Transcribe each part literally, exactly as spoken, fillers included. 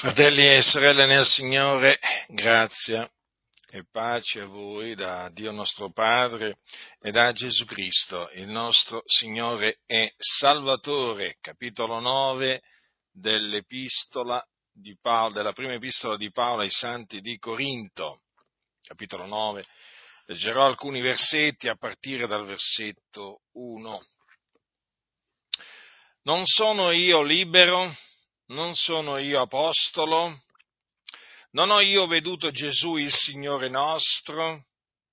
Fratelli e sorelle nel Signore, grazia e pace a voi da Dio nostro Padre e da Gesù Cristo, il nostro Signore e Salvatore. Capitolo nove dell'epistola di Paolo, della prima epistola di Paolo ai Santi di Corinto. Capitolo nove. Leggerò alcuni versetti a partire dal versetto uno. Non sono io libero? Non sono io apostolo? Non ho io veduto Gesù il Signore nostro?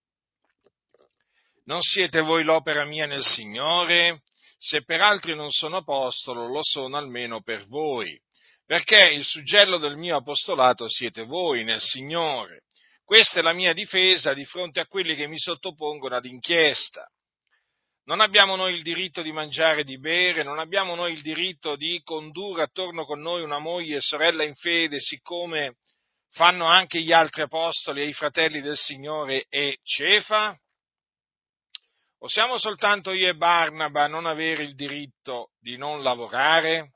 Non siete voi l'opera mia nel Signore? Se per altri non sono apostolo, lo sono almeno per voi, perché il suggello del mio apostolato siete voi nel Signore. Questa è la mia difesa di fronte a quelli che mi sottopongono ad inchiesta. Non abbiamo noi il diritto di mangiare e di bere, non abbiamo noi il diritto di condurre attorno con noi una moglie e sorella in fede, siccome fanno anche gli altri apostoli e i fratelli del Signore e Cefa? O siamo soltanto io e Barnaba a non avere il diritto di non lavorare?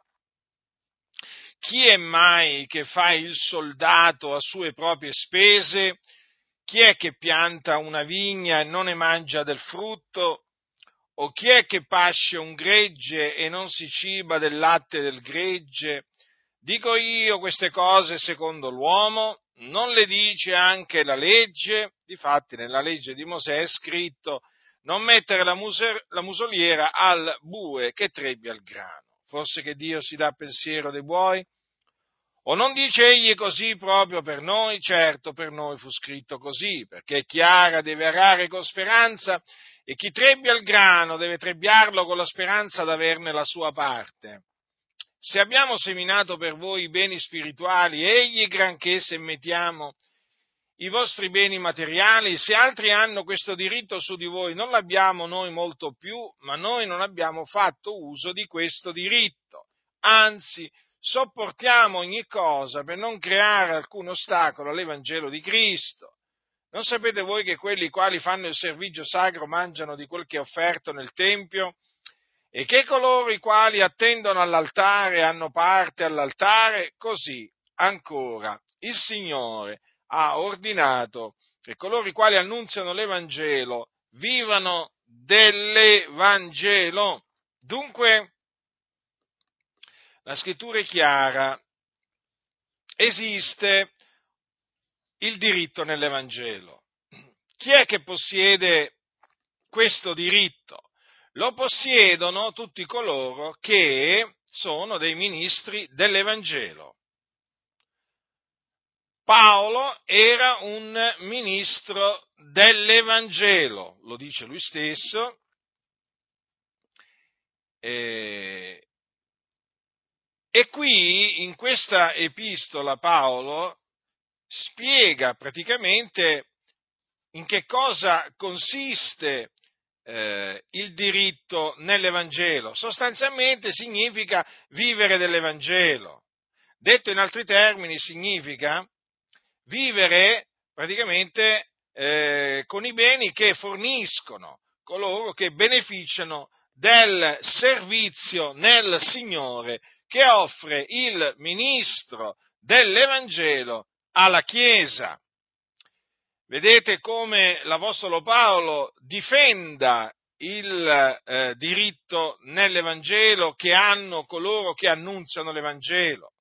Chi è mai che fa il soldato a sue proprie spese? Chi è che pianta una vigna e non ne mangia del frutto? O chi è che pasce un gregge e non si ciba del latte del gregge? Dico io queste cose secondo l'uomo? Non le dice anche la legge? Difatti nella legge di Mosè è scritto: non mettere la, muser, la musoliera al bue che trebbia il grano. Forse che Dio si dà pensiero dei buoi? O non dice egli così proprio per noi? Certo, per noi fu scritto così, perché chi ara deve arare con speranza e chi trebbia il grano deve trebbiarlo con la speranza d'averne la sua parte. Se abbiamo seminato per voi i beni spirituali, egli granché se mettiamo i vostri beni materiali, se altri hanno questo diritto su di voi, non l'abbiamo noi molto più, ma noi non abbiamo fatto uso di questo diritto. Anzi, sopportiamo ogni cosa per non creare alcun ostacolo all'Evangelo di Cristo. Non sapete voi che quelli quali fanno il servizio sacro mangiano di quel che è offerto nel Tempio? E che coloro i quali attendono all'altare hanno parte all'altare? Così ancora il Signore ha ordinato che coloro i quali annunziano l'Evangelo vivano dell'Evangelo. Dunque, la scrittura è chiara, esiste il diritto nell'Evangelo. Chi è che possiede questo diritto? Lo possiedono tutti coloro che sono dei ministri dell'Evangelo. Paolo era un ministro dell'Evangelo, lo dice lui stesso, e, e qui in questa epistola Paolo spiega praticamente in che cosa consiste eh, il diritto nell'Evangelo. Sostanzialmente significa vivere dell'Evangelo. Detto in altri termini, significa vivere praticamente eh, con i beni che forniscono coloro che beneficiano del servizio nel Signore che offre il ministro dell'Evangelo alla Chiesa. Vedete come l'Apostolo Paolo difenda il eh, diritto nell'Evangelo che hanno coloro che annunziano l'Evangelo.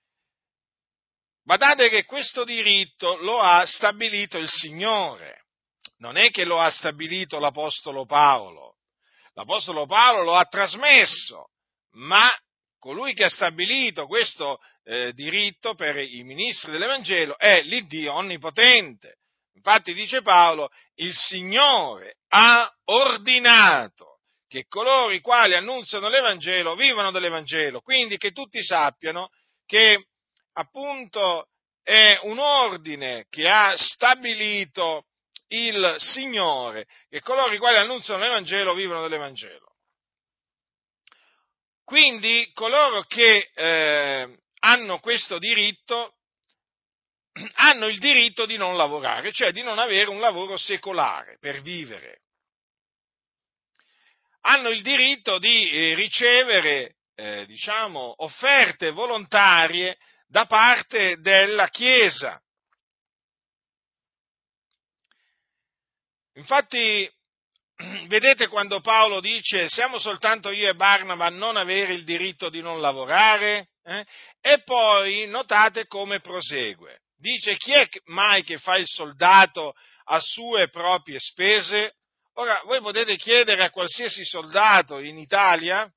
Badate che questo diritto lo ha stabilito il Signore, non è che lo ha stabilito l'Apostolo Paolo. L'Apostolo Paolo lo ha trasmesso, ma colui che ha stabilito questo eh, diritto per i ministri dell'Evangelo è l'Iddio Onnipotente. Infatti dice Paolo, il Signore ha ordinato che coloro i quali annunziano l'Evangelo vivano dell'Evangelo, quindi che tutti sappiano che appunto è un ordine che ha stabilito il Signore, che coloro i quali annunziano l'Evangelo vivono dell'Evangelo. Quindi coloro che eh, hanno questo diritto hanno il diritto di non lavorare, cioè di non avere un lavoro secolare per vivere. Hanno il diritto di eh, ricevere, eh, diciamo, offerte volontarie da parte della Chiesa. Infatti, vedete quando Paolo dice siamo soltanto io e Barnaba a non avere il diritto di non lavorare? Eh? E poi notate come prosegue. Dice chi è mai che fa il soldato a sue proprie spese? Ora, voi potete chiedere a qualsiasi soldato in Italia,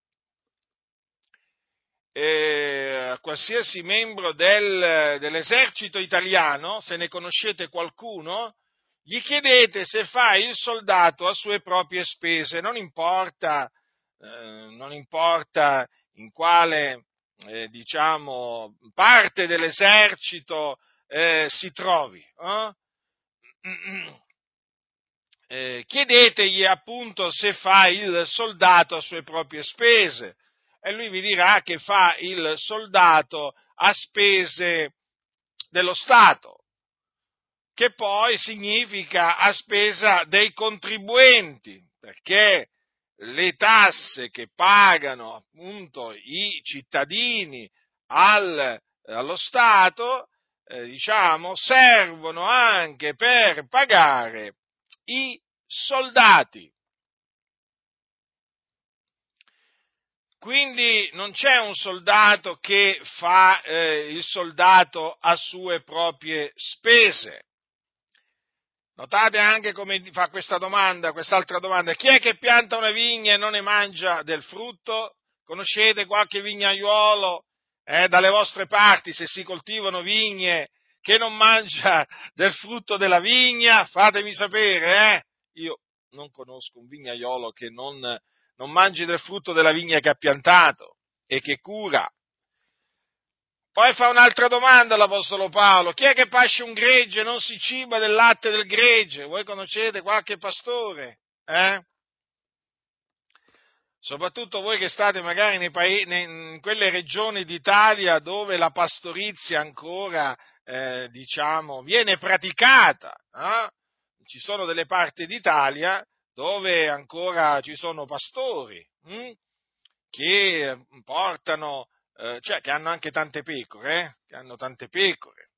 eh, a qualsiasi membro del, dell'esercito italiano, se ne conoscete qualcuno, gli chiedete se fa il soldato a sue proprie spese, non importa, eh, non importa in quale, eh, diciamo, parte dell'esercito eh, si trovi. Eh? Eh, chiedetegli appunto se fa il soldato a sue proprie spese e lui vi dirà che fa il soldato a spese dello Stato, che poi significa a spesa dei contribuenti, perché le tasse che pagano appunto i cittadini al, allo Stato, eh, diciamo, servono anche per pagare i soldati. Quindi non c'è un soldato che fa eh, il soldato a sue proprie spese. Notate anche come fa questa domanda, quest'altra domanda. Chi è che pianta una vigna e non ne mangia del frutto? Conoscete qualche vignaiuolo eh, dalle vostre parti, se si coltivano vigne, che non mangia del frutto della vigna? Fatemi sapere, eh? Io non conosco un vignaiolo che non, non mangi del frutto della vigna che ha piantato e che cura. Poi fa un'altra domanda l'Apostolo Paolo, chi è che pasce un gregge e non si ciba del latte del gregge? Voi conoscete qualche pastore? Eh? Soprattutto voi che state magari nei paesi, in quelle regioni d'Italia dove la pastorizia ancora, eh, diciamo, viene praticata. Eh? Ci sono delle parti d'Italia dove ancora ci sono pastori hm? che portano Eh, cioè che hanno anche tante pecore, eh? che hanno tante pecore.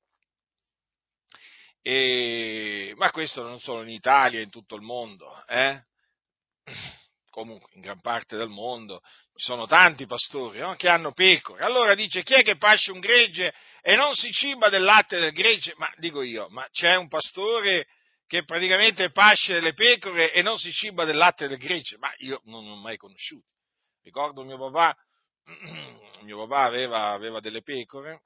E, ma questo non solo in Italia, in tutto il mondo, eh? Comunque in gran parte del mondo ci sono tanti pastori no? che hanno pecore. Allora dice chi è che pasce un gregge e non si ciba del latte del gregge? Ma dico io, ma c'è un pastore che praticamente pasce le pecore e non si ciba del latte del gregge? Ma io non l'ho mai conosciuto. Ricordo mio papà, mio papà aveva, aveva delle pecore,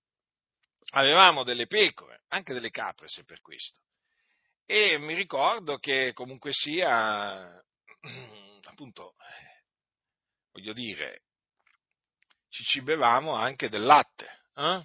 avevamo delle pecore, anche delle capre se per questo, e mi ricordo che comunque sia, appunto, voglio dire, ci cibevamo anche del latte, eh?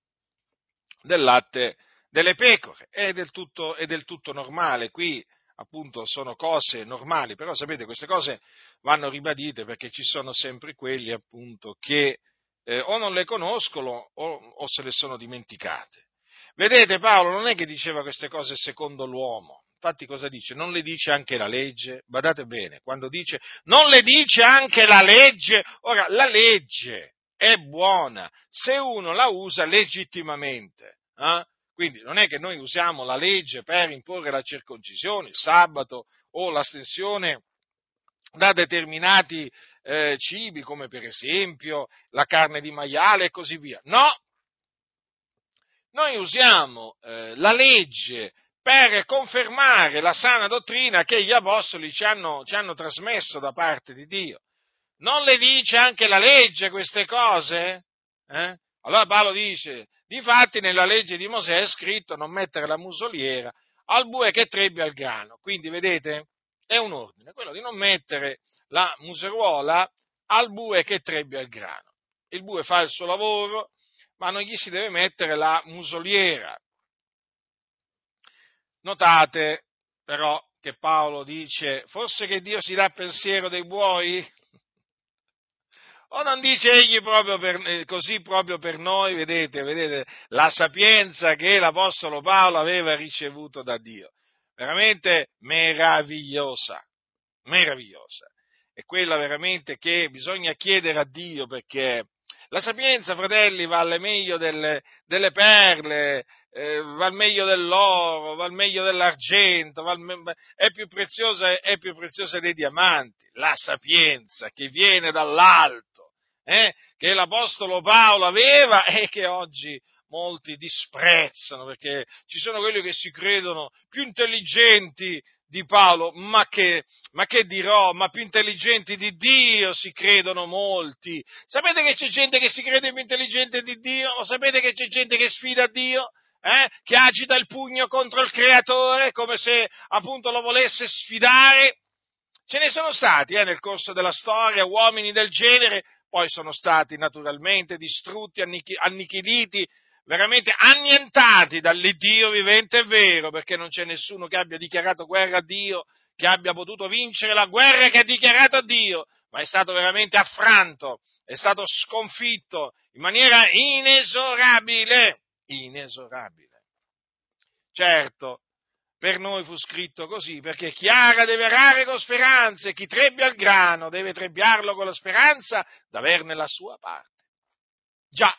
del latte delle pecore, è del tutto, è del tutto normale, qui appunto sono cose normali, però sapete queste cose vanno ribadite perché ci sono sempre quelli appunto che eh, o non le conoscono o, o se le sono dimenticate. Vedete Paolo non è che diceva queste cose secondo l'uomo, infatti cosa dice? Non le dice anche la legge? Badate bene, quando dice non le dice anche la legge, ora la legge è buona se uno la usa legittimamente. Eh? Quindi non è che noi usiamo la legge per imporre la circoncisione, il sabato o l'astensione da determinati eh, cibi, come per esempio la carne di maiale e così via. No, noi usiamo eh, la legge per confermare la sana dottrina che gli apostoli ci hanno, ci hanno trasmesso da parte di Dio. Non le dice anche la legge queste cose? Eh? Allora Paolo dice, difatti nella legge di Mosè è scritto non mettere la musoliera al bue che trebbia il grano. Quindi vedete, è un ordine, quello di non mettere la museruola al bue che trebbia il grano. Il bue fa il suo lavoro, ma non gli si deve mettere la musoliera. Notate però che Paolo dice, forse che Dio si dà pensiero dei buoi? O non dice egli proprio per, eh, così proprio per noi, vedete, vedete, la sapienza che l'Apostolo Paolo aveva ricevuto da Dio. Veramente meravigliosa, meravigliosa. È quella veramente che bisogna chiedere a Dio perché La sapienza, fratelli, vale meglio delle, delle perle, eh, vale meglio dell'oro, vale meglio dell'argento, vale, è più preziosa, è più preziosa dei diamanti. La sapienza che viene dall'alto, eh, che l'Apostolo Paolo aveva e che oggi molti disprezzano, perché ci sono quelli che si credono più intelligenti di Paolo, ma che, ma che dirò, ma più intelligenti di Dio si credono molti. Sapete che c'è gente che si crede più intelligente di Dio? Lo sapete che c'è gente che sfida Dio? Eh? Che agita il pugno contro il Creatore come se appunto lo volesse sfidare? Ce ne sono stati eh, nel corso della storia uomini del genere, poi sono stati naturalmente distrutti, annich- annichiliti, veramente annientati dall'Iddio vivente e vero, perché non c'è nessuno che abbia dichiarato guerra a Dio, che abbia potuto vincere la guerra che ha dichiarato a Dio, ma è stato veramente affranto, è stato sconfitto in maniera inesorabile, inesorabile. Certo, per noi fu scritto così, perché chi ara deve arare con speranza e chi trebbia il grano deve trebbiarlo con la speranza d'averne la sua parte. Già,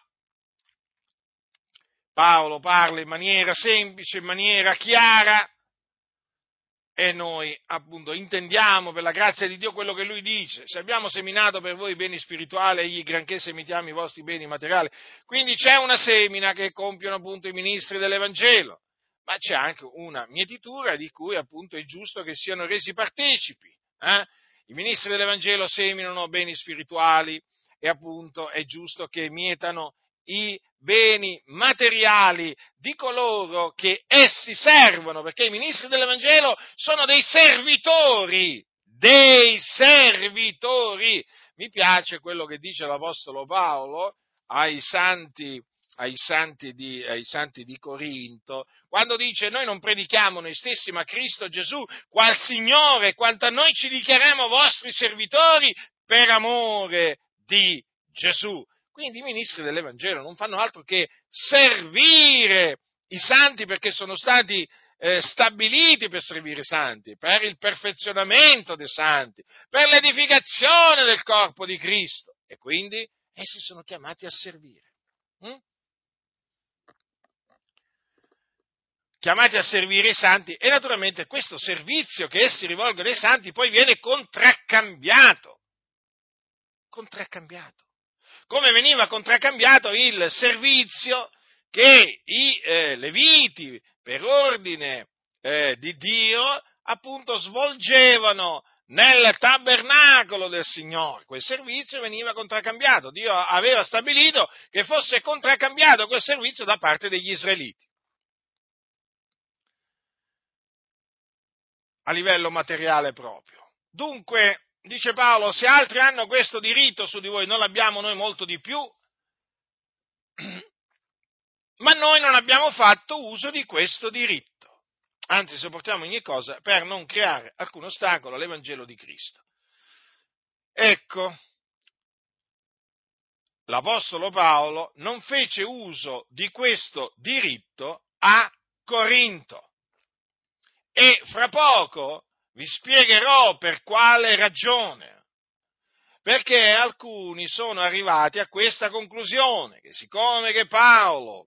Paolo parla in maniera semplice, in maniera chiara, e noi appunto intendiamo per la grazia di Dio quello che lui dice. Se abbiamo seminato per voi beni spirituali, egli granché semitiamo i vostri beni materiali. Quindi c'è una semina che compiono appunto i ministri dell'Evangelo, ma c'è anche una mietitura di cui appunto è giusto che siano resi partecipi. Eh? I ministri dell'Evangelo seminano beni spirituali e appunto è giusto che mietano i beni materiali di coloro che essi servono, perché i ministri dell'Evangelo sono dei servitori, dei servitori. Mi piace quello che dice l'Apostolo Paolo ai santi, ai santi di, ai santi di Corinto, quando dice: noi non predichiamo noi stessi, ma Cristo Gesù, qual Signore, quanto a noi ci dichiariamo vostri servitori per amore di Gesù. Quindi i ministri dell'Evangelo non fanno altro che servire i santi, perché sono stati eh, stabiliti per servire i santi, per il perfezionamento dei santi, per l'edificazione del corpo di Cristo, e quindi essi sono chiamati a servire. Hm? Chiamati a servire i santi, e naturalmente questo servizio che essi rivolgono ai santi poi viene contraccambiato. Contraccambiato. Come veniva contraccambiato il servizio che i eh, Leviti, per ordine eh, di Dio, appunto svolgevano nel tabernacolo del Signore. Quel servizio veniva contraccambiato. Dio aveva stabilito che fosse contraccambiato quel servizio da parte degli israeliti. A livello materiale proprio. Dunque, dice Paolo, se altri hanno questo diritto su di voi, non l'abbiamo noi molto di più, ma noi non abbiamo fatto uso di questo diritto, anzi sopportiamo ogni cosa per non creare alcun ostacolo all'Evangelo di Cristo. Ecco, l'Apostolo Paolo non fece uso di questo diritto a Corinto, e fra poco vi spiegherò per quale ragione. Perché alcuni sono arrivati a questa conclusione, che siccome che Paolo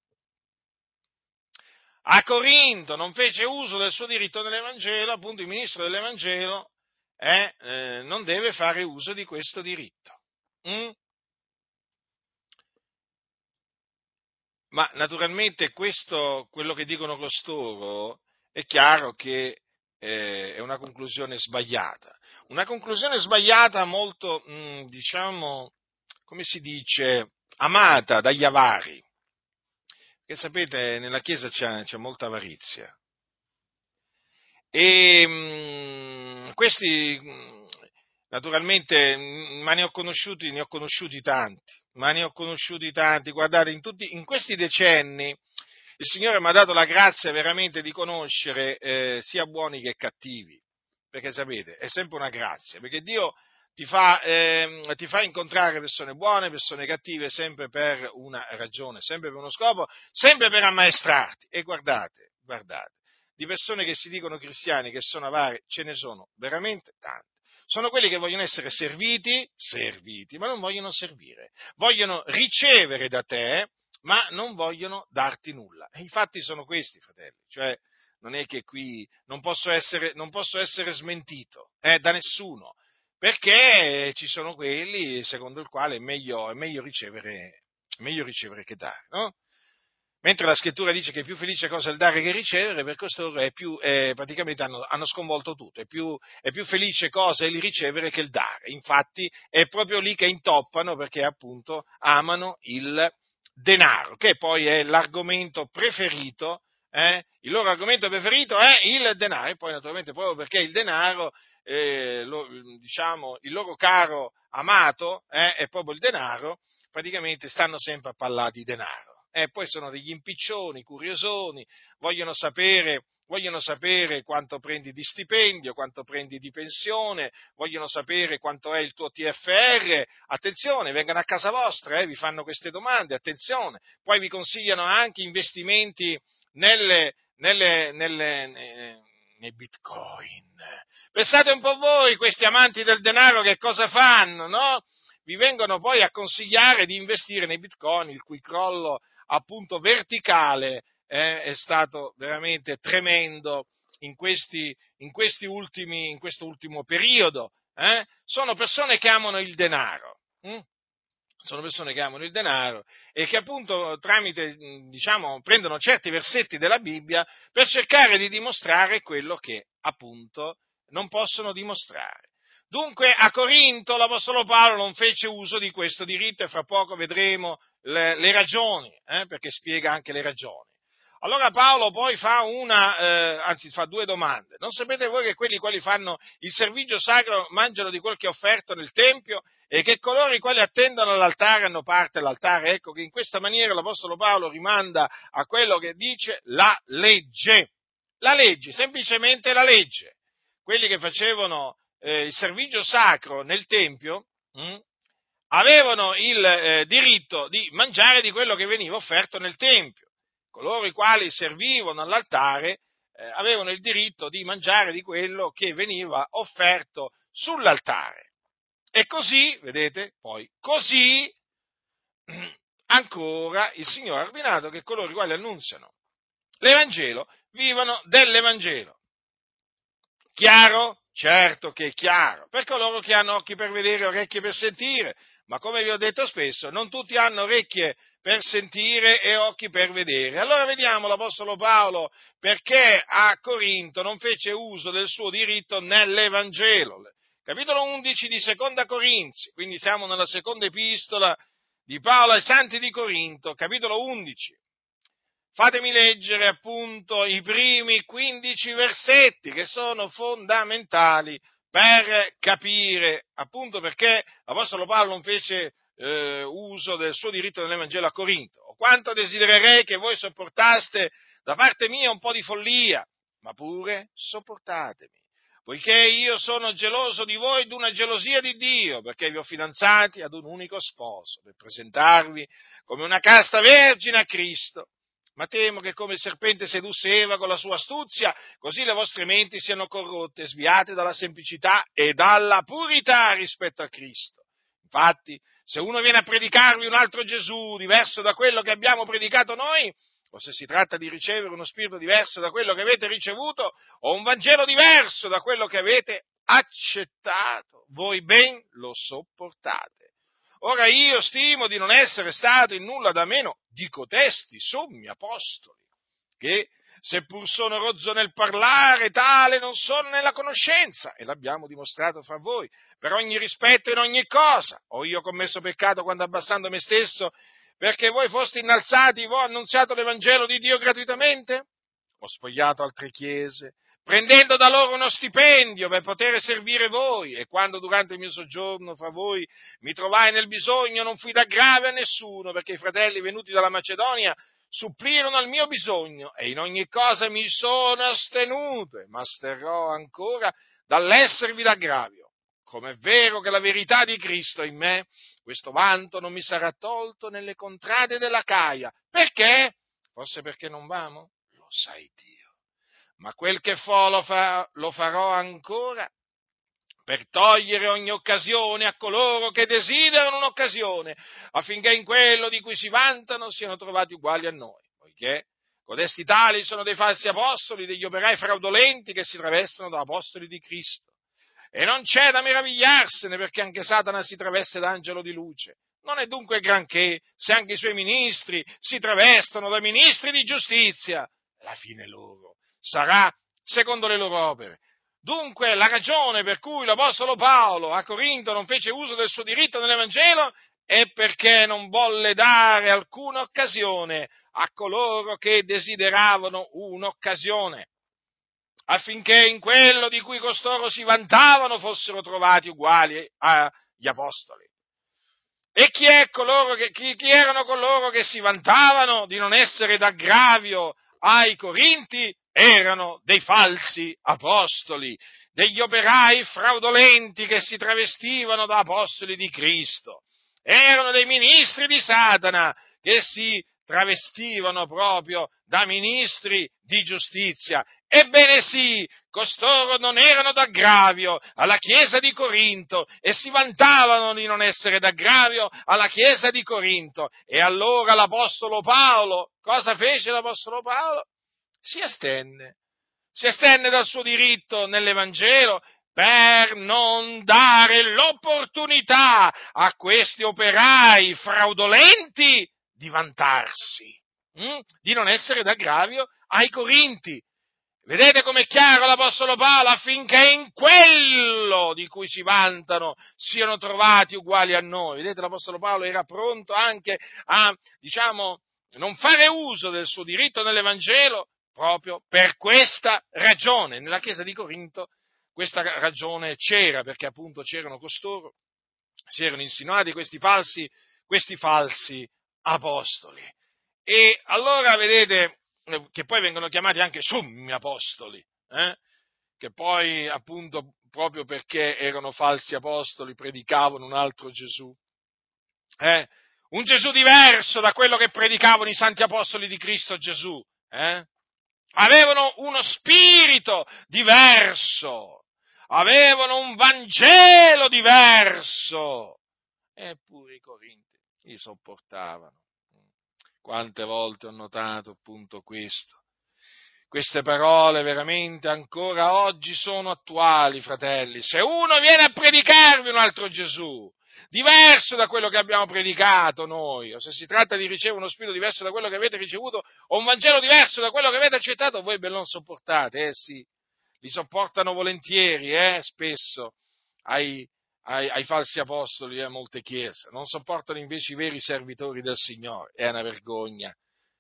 a Corinto non fece uso del suo diritto nell'Evangelo, appunto il ministro dell'Evangelo eh, eh, non deve fare uso di questo diritto. Mm? Ma naturalmente questo, quello che dicono costoro, è chiaro che eh, è una conclusione sbagliata. Una conclusione sbagliata molto, mh, diciamo, come si dice, amata dagli avari. Perché sapete, nella Chiesa c'è, c'è molta avarizia. E mh, questi, mh, naturalmente, mh, ma ne ho conosciuti, ne ho conosciuti tanti, ma ne ho conosciuti tanti. Guardate, in, tutti, in questi decenni il Signore mi ha dato la grazia veramente di conoscere eh, sia buoni che cattivi, perché sapete, è sempre una grazia, perché Dio ti fa, eh, ti fa incontrare persone buone, persone cattive, sempre per una ragione, sempre per uno scopo, sempre per ammaestrarti. E guardate, guardate, di persone che si dicono cristiani, che sono avare, ce ne sono veramente tante. sono quelli che vogliono essere serviti, serviti, ma non vogliono servire. Vogliono ricevere da te, ma non vogliono darti nulla. E i fatti sono questi, fratelli, cioè non è che qui non posso essere, non posso essere smentito eh, da nessuno, perché ci sono quelli secondo il quale è meglio, è meglio ricevere, è meglio ricevere che dare, no? Mentre la scrittura dice che è più felice cosa il dare che ricevere, per costoro è più, eh, praticamente hanno, hanno sconvolto tutto, è più, è più felice cosa il ricevere che il dare. Infatti è proprio lì che intoppano perché appunto amano il denaro, che poi è l'argomento preferito, eh? Il loro argomento preferito è il denaro, e poi naturalmente proprio perché il denaro, eh, lo, diciamo, il loro caro amato eh, è proprio il denaro, praticamente stanno sempre a parlare di denaro. E poi sono degli impiccioni, curiosoni, vogliono sapere, vogliono sapere quanto prendi di stipendio, quanto prendi di pensione, vogliono sapere quanto è il tuo T F R, attenzione, vengono a casa vostra, eh, vi fanno queste domande, attenzione, poi vi consigliano anche investimenti nelle, nelle, nelle, nei, nei bitcoin. Pensate un po' voi, questi amanti del denaro, che cosa fanno, no? Vi vengono poi a consigliare di investire nei bitcoin, il cui crollo appunto verticale eh, è stato veramente tremendo in questi, in questi ultimi, in questo ultimo periodo. Eh? Sono persone che amano il denaro. Hm? Sono persone che amano il denaro e che appunto tramite, diciamo, prendono certi versetti della Bibbia per cercare di dimostrare quello che appunto non possono dimostrare. Dunque a Corinto l'Apostolo Paolo non fece uso di questo diritto e fra poco vedremo le, le ragioni, eh, perché spiega anche le ragioni. Allora Paolo poi fa una, eh, anzi fa due domande. Non sapete voi che quelli quali fanno il servigio sacro mangiano di quel che è offerto nel Tempio e che coloro i quali attendono all'altare hanno parte all'altare? Ecco che in questa maniera l'Apostolo Paolo rimanda a quello che dice la legge. La legge, semplicemente la legge. Quelli che facevano eh, il servigio sacro nel Tempio mh, avevano il eh, diritto di mangiare di quello che veniva offerto nel Tempio. Coloro i quali servivano all'altare eh, avevano il diritto di mangiare di quello che veniva offerto sull'altare. E così, vedete, poi, così ancora il Signore ha ordinato che coloro i quali annunziano l'Evangelo vivano dell'Evangelo. Chiaro? Certo che è chiaro, per coloro che hanno occhi per vedere e orecchie per sentire, ma come vi ho detto spesso, non tutti hanno orecchie per sentire e occhi per vedere. Allora vediamo l'Apostolo Paolo perché a Corinto non fece uso del suo diritto nell'Evangelo. Capitolo undici di Seconda Corinzi, quindi siamo nella seconda epistola di Paolo ai Santi di Corinto, capitolo undici. Fatemi leggere appunto i primi quindici versetti che sono fondamentali per capire appunto perché l'Apostolo Paolo non fece eh, uso del suo diritto nell'Evangelo a Corinto. O quanto desidererei che voi sopportaste da parte mia un po' di follia, ma pure sopportatemi, poiché io sono geloso di voi d'una gelosia di Dio, perché vi ho fidanzati ad un unico sposo, per presentarvi come una casta vergine a Cristo. Ma temo che come il serpente sedusse Eva con la sua astuzia, così le vostre menti siano corrotte, sviate dalla semplicità e dalla purità rispetto a Cristo. Infatti, se uno viene a predicarvi un altro Gesù diverso da quello che abbiamo predicato noi, o se si tratta di ricevere uno spirito diverso da quello che avete ricevuto, o un Vangelo diverso da quello che avete accettato, voi ben lo sopportate. Ora io stimo di non essere stato in nulla da meno di cotesti sommi apostoli, che seppur sono rozzo nel parlare, tale non sono nella conoscenza, e l'abbiamo dimostrato fra voi, per ogni rispetto in ogni cosa. Ho io commesso peccato quando abbassando me stesso, perché voi foste innalzati, voi ho annunziato l'Evangelo di Dio gratuitamente? Ho spogliato altre chiese, prendendo da loro uno stipendio per poter servire voi, e quando durante il mio soggiorno fra voi mi trovai nel bisogno non fui d'aggrave a nessuno, perché i fratelli venuti dalla Macedonia supplirono al mio bisogno, e in ogni cosa mi sono astenuto, e m'asterrò ancora dall'esservi d'aggravio. Come è vero che la verità di Cristo è in me, questo vanto non mi sarà tolto nelle contrade della Caia. Perché? Forse perché non v'amo? Lo sai Dio. Ma quel che fo lo, fa, lo farò ancora per togliere ogni occasione a coloro che desiderano un'occasione, affinché in quello di cui si vantano siano trovati uguali a noi, poiché codesti tali sono dei falsi apostoli, degli operai fraudolenti che si travestono da apostoli di Cristo. E non c'è da meravigliarsene, perché anche Satana si traveste da angelo di luce. Non è dunque granché se anche i suoi ministri si travestono da ministri di giustizia. La fine loro sarà secondo le loro opere. Dunque, la ragione per cui l'Apostolo Paolo a Corinto non fece uso del suo diritto nell'Evangelo è perché non volle dare alcuna occasione a coloro che desideravano un'occasione, affinché in quello di cui costoro si vantavano fossero trovati uguali agli apostoli. E chi, è coloro che, chi, chi erano coloro che si vantavano di non essere d'aggravio ai Corinti? Erano dei falsi apostoli, degli operai fraudolenti che si travestivano da apostoli di Cristo. Erano dei ministri di Satana che si travestivano proprio da ministri di giustizia. Ebbene sì, costoro non erano d'aggravio alla Chiesa di Corinto e si vantavano di non essere d'aggravio alla Chiesa di Corinto. E allora l'Apostolo Paolo, cosa fece l'Apostolo Paolo? Si astenne, si astenne dal suo diritto nell'Evangelo per non dare l'opportunità a questi operai fraudolenti di vantarsi, hm? di non essere d'aggravio ai Corinti. Vedete com'è chiaro l'Apostolo Paolo? Affinché in quello di cui si vantano siano trovati uguali a noi. Vedete, l'Apostolo Paolo era pronto anche a, diciamo, non fare uso del suo diritto nell'Evangelo proprio per questa ragione. Nella Chiesa di Corinto questa ragione c'era, perché appunto c'erano costoro, si erano insinuati questi falsi, questi falsi apostoli. E allora vedete che poi vengono chiamati anche sommi apostoli, eh? Che poi appunto proprio perché erano falsi apostoli predicavano un altro Gesù, eh? Un Gesù diverso da quello che predicavano i santi apostoli di Cristo Gesù, eh? Avevano uno spirito diverso, avevano un Vangelo diverso, eppure i Corinti li sopportavano. Quante volte ho notato appunto questo. Queste parole veramente ancora oggi sono attuali, fratelli. Se uno viene a predicarvi un altro Gesù, diverso da quello che abbiamo predicato noi, o se si tratta di ricevere uno spirito diverso da quello che avete ricevuto, o un Vangelo diverso da quello che avete accettato, voi ve lo sopportate, eh sì, li sopportano volentieri, eh, spesso, ai, ai, ai falsi apostoli e a molte chiese, non sopportano invece i veri servitori del Signore, è una vergogna.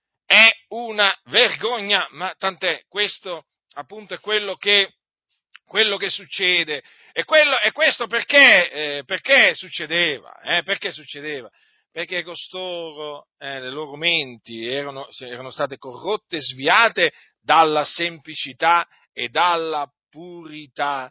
È una vergogna, ma tant'è, questo appunto è quello che, quello che succede, e, quello, e questo perché, eh, perché succedeva, eh, perché succedeva? Perché costoro, eh, le loro menti erano, erano state corrotte, sviate dalla semplicità e dalla purità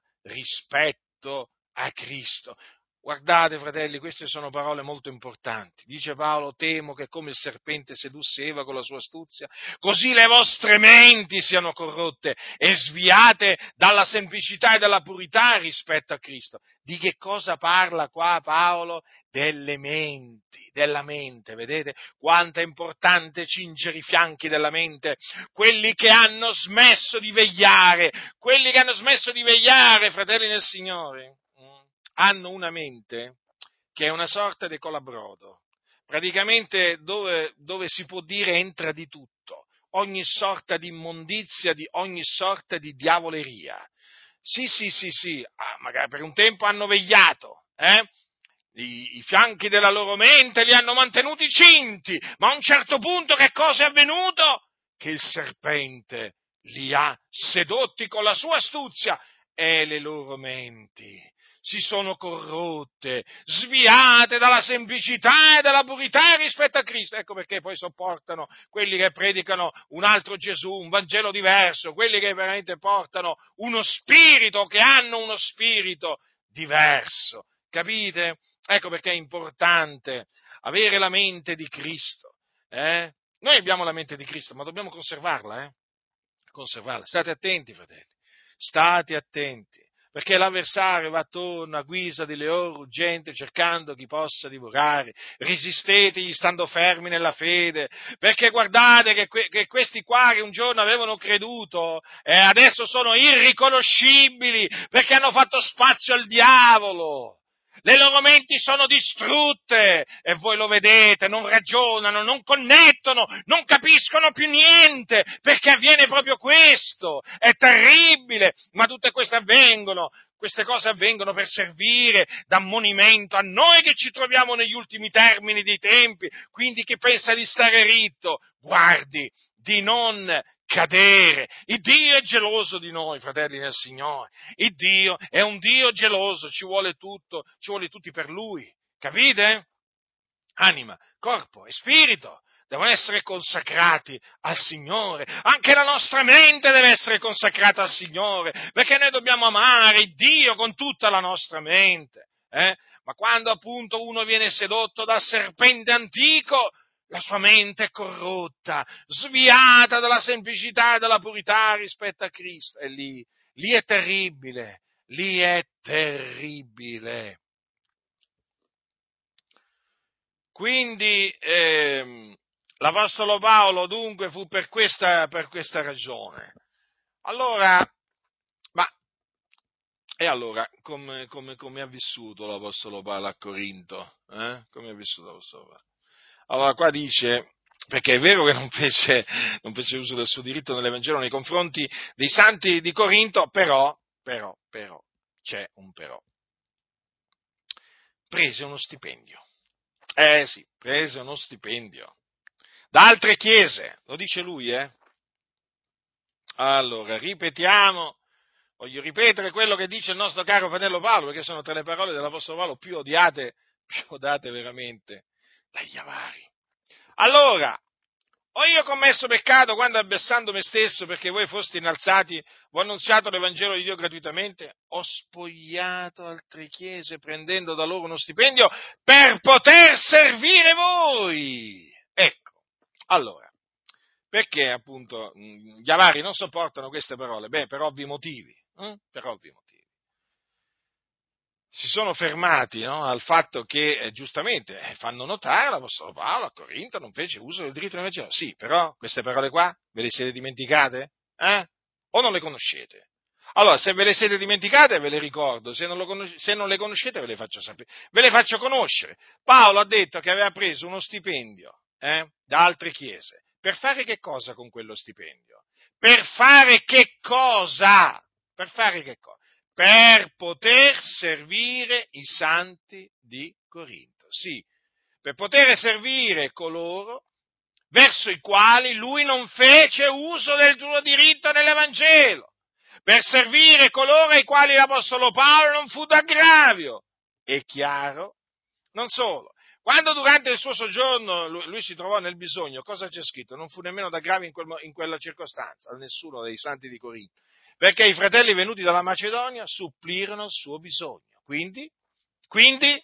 rispetto a Cristo. Guardate, fratelli, queste sono parole molto importanti. Dice Paolo: temo che come il serpente sedusse Eva con la sua astuzia, così le vostre menti siano corrotte e sviate dalla semplicità e dalla purità rispetto a Cristo. Di che cosa parla qua Paolo? Delle menti, della mente, vedete? Quanto è importante cingere i fianchi della mente. Quelli che hanno smesso di vegliare, quelli che hanno smesso di vegliare, fratelli nel Signore, hanno una mente che è una sorta di colabrodo, praticamente dove, dove si può dire entra di tutto, ogni sorta di immondizia, di ogni sorta di diavoleria. Sì, sì, sì, sì, ah, magari per un tempo hanno vegliato, eh? I, I fianchi della loro mente li hanno mantenuti cinti, ma a un certo punto che cosa è avvenuto? Che il serpente li ha sedotti con la sua astuzia e le loro menti si sono corrotte, sviate dalla semplicità e dalla purità rispetto a Cristo. Ecco perché poi sopportano quelli che predicano un altro Gesù, un Vangelo diverso, quelli che veramente portano uno spirito, che hanno uno spirito diverso. Capite? Ecco perché è importante avere la mente di Cristo. Eh? Noi abbiamo la mente di Cristo, ma dobbiamo conservarla, eh? Conservarla. State attenti, fratelli, state attenti. perché l'avversario va attorno a guisa di leone ruggente cercando chi possa divorare. Resistetegli stando fermi nella fede, perché guardate che, que- che questi qua che un giorno avevano creduto eh, adesso sono irriconoscibili perché hanno fatto spazio al diavolo. Le loro menti sono distrutte e voi lo vedete, non ragionano, non connettono, non capiscono più niente, perché avviene proprio questo. È terribile, ma tutte queste avvengono, queste cose avvengono per servire d'ammonimento a noi che ci troviamo negli ultimi termini dei tempi, quindi chi pensa di stare ritto, guardi, di non cadere. Il Dio è geloso di noi, fratelli nel Signore. Il Dio è un Dio geloso, ci vuole tutto, ci vuole tutti per Lui. Capite? Anima, corpo e spirito devono essere consacrati al Signore. Anche la nostra mente deve essere consacrata al Signore, perché noi dobbiamo amare Dio con tutta la nostra mente. Eh? Ma quando appunto uno viene sedotto dal serpente antico, la sua mente è corrotta, sviata dalla semplicità e dalla purità rispetto a Cristo. E lì, lì è terribile, lì è terribile. Quindi ehm, l'Apostolo Paolo dunque fu per questa, per questa ragione. Allora, ma e allora, come, come, come ha vissuto l'Apostolo Paolo a Corinto? Eh? Come ha vissuto l'Apostolo Paolo? Allora, qua dice, perché è vero che non fece, non fece uso del suo diritto nell'Evangelo nei confronti dei santi di Corinto, però, però, però, c'è un però. Prese uno stipendio. Eh sì, prese uno stipendio. Da altre chiese, lo dice lui, eh? Allora, ripetiamo, voglio ripetere quello che dice il nostro caro fratello Paolo, perché sono tra le parole dell'Apostolo Paolo più odiate, più odiate veramente dagli avari. Allora, ho io commesso peccato quando abbassando me stesso perché voi foste innalzati, ho annunziato l'Evangelo di Dio gratuitamente, ho spogliato altre chiese prendendo da loro uno stipendio per poter servire voi. Ecco, allora, perché appunto gli avari non sopportano queste parole? Beh, per ovvi motivi, eh? per ovvi motivi. Si sono fermati, no, al fatto che eh, giustamente eh, fanno notare l'Apostolo Paolo a Corinto non fece uso del diritto dell'Evangelo. Sì, però queste parole qua ve le siete dimenticate? Eh? O non le conoscete? Allora, se ve le siete dimenticate ve le ricordo, se non, lo conosce, se non le conoscete ve le faccio sapere, ve le faccio conoscere. Paolo ha detto che aveva preso uno stipendio eh, da altre chiese. Per fare che cosa con quello stipendio? Per fare che cosa? Per fare che cosa? Per poter servire i santi di Corinto. Sì, per poter servire coloro verso i quali lui non fece uso del suo diritto nell'Evangelo, per servire coloro ai quali l'Apostolo Paolo non fu d'aggravio. È chiaro? Non solo. Quando durante il suo soggiorno lui, lui si trovò nel bisogno, cosa c'è scritto? Non fu nemmeno d'aggravio in, quel, in quella circostanza a nessuno dei santi di Corinto, perché i fratelli venuti dalla Macedonia supplirono il suo bisogno. Quindi, quindi